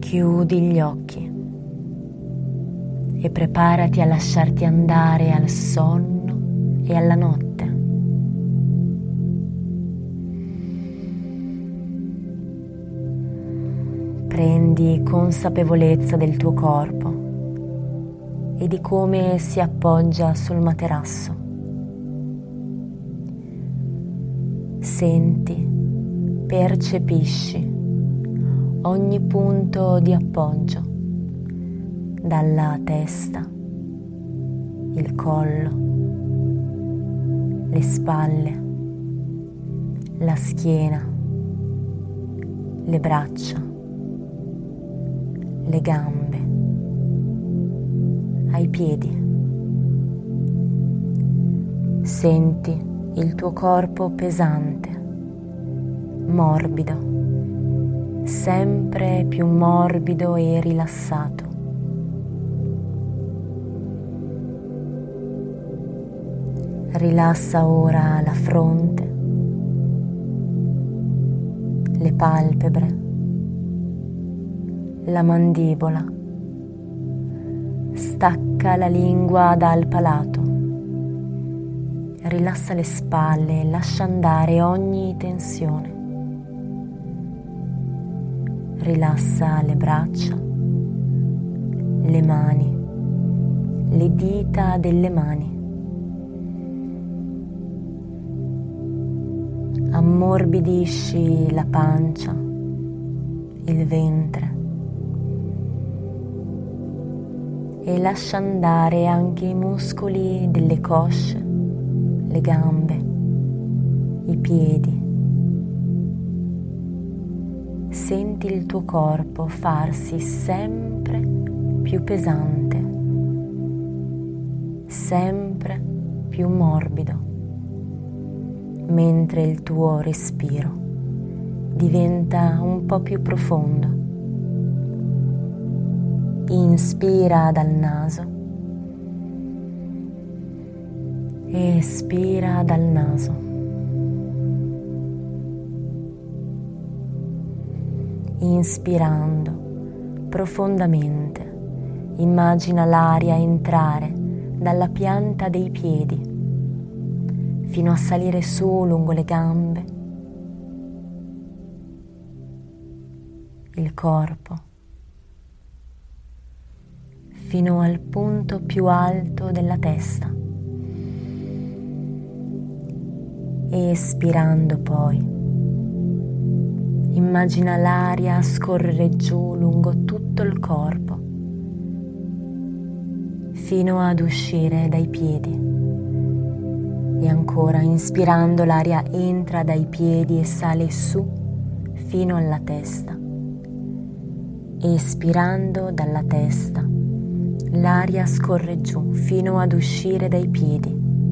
Chiudi gli occhi e preparati a lasciarti andare al sonno e alla notte. Prendi consapevolezza del tuo corpo e di come si appoggia sul materasso. Senti, percepisci ogni punto di appoggio, dalla testa, il collo, le spalle, la schiena, le braccia, le gambe, ai piedi. Senti il tuo corpo pesante, morbido, sempre più morbido e rilassato. Rilassa ora la fronte, le palpebre, la mandibola. Stacca la lingua dal palato. Rilassa le spalle e lascia andare ogni tensione. Rilassa le braccia, le mani, le dita delle mani. Ammorbidisci la pancia, il ventre e lascia andare anche i muscoli delle cosce, le gambe, i piedi. Senti il tuo corpo farsi sempre più pesante, sempre più morbido, mentre il tuo respiro diventa un po' più profondo. Inspira dal naso, espira dal naso. Inspirando profondamente, immagina l'aria entrare dalla pianta dei piedi fino a salire su lungo le gambe, il corpo, fino al punto più alto della testa. Espirando poi, immagina l'aria scorrere giù lungo tutto il corpo, fino ad uscire dai piedi. E ancora, inspirando, l'aria entra dai piedi e sale su fino alla testa. Espirando dalla testa, l'aria scorre giù fino ad uscire dai piedi.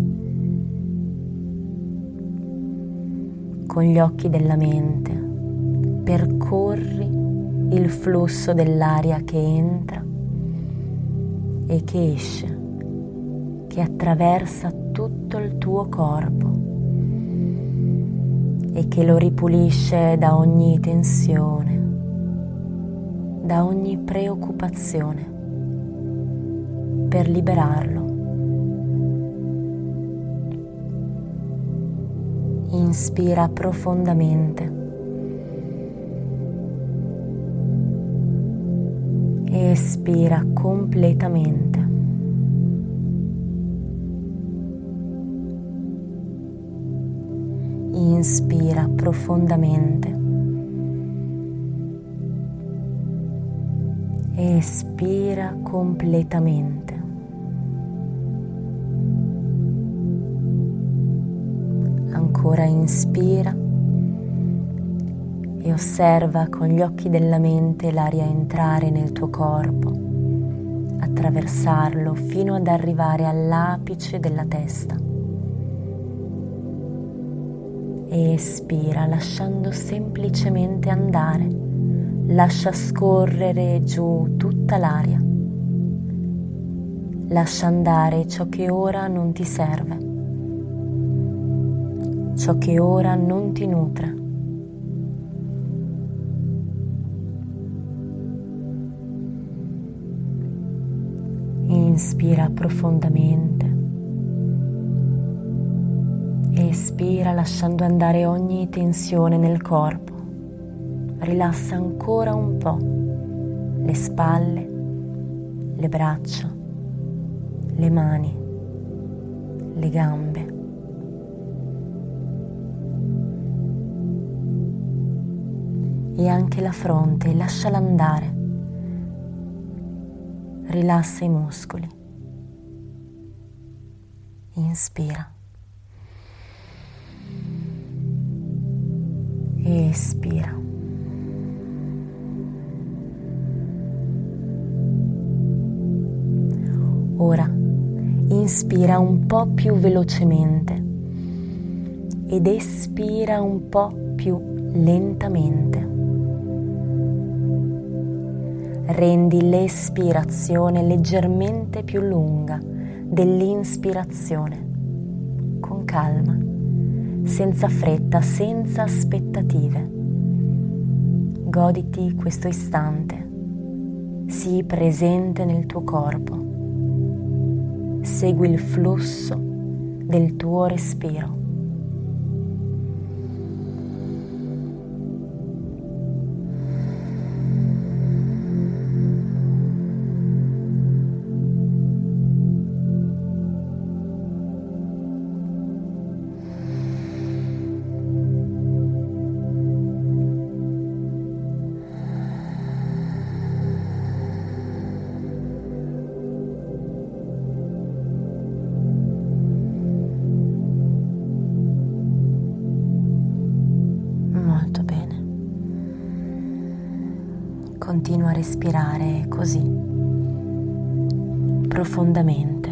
Con gli occhi della mente percorri il flusso dell'aria che entra e che esce, che attraversa tutto il tuo corpo e che lo ripulisce da ogni tensione, da ogni preoccupazione, per liberarlo. Inspira profondamente. Espira completamente. Inspira profondamente. Espira completamente. Ancora inspira e osserva con gli occhi della mente l'aria entrare nel tuo corpo, attraversarlo fino ad arrivare all'apice della testa. E espira lasciando semplicemente andare, lascia scorrere giù tutta l'aria. Lascia andare ciò che ora non ti serve, ciò che ora non ti nutre. Inspira profondamente. Espira lasciando andare ogni tensione nel corpo. Rilassa ancora un po' le spalle, le braccia, le mani, le gambe. E anche la fronte, lasciala andare. Rilassa i muscoli. Inspira. Espira. Ora inspira un po' più velocemente ed espira un po' più lentamente. Rendi l'espirazione leggermente più lunga dell'inspirazione, con calma, senza fretta, senza aspettative. Goditi questo istante, sii presente nel tuo corpo, segui il flusso del tuo respiro. Continua a respirare così, profondamente.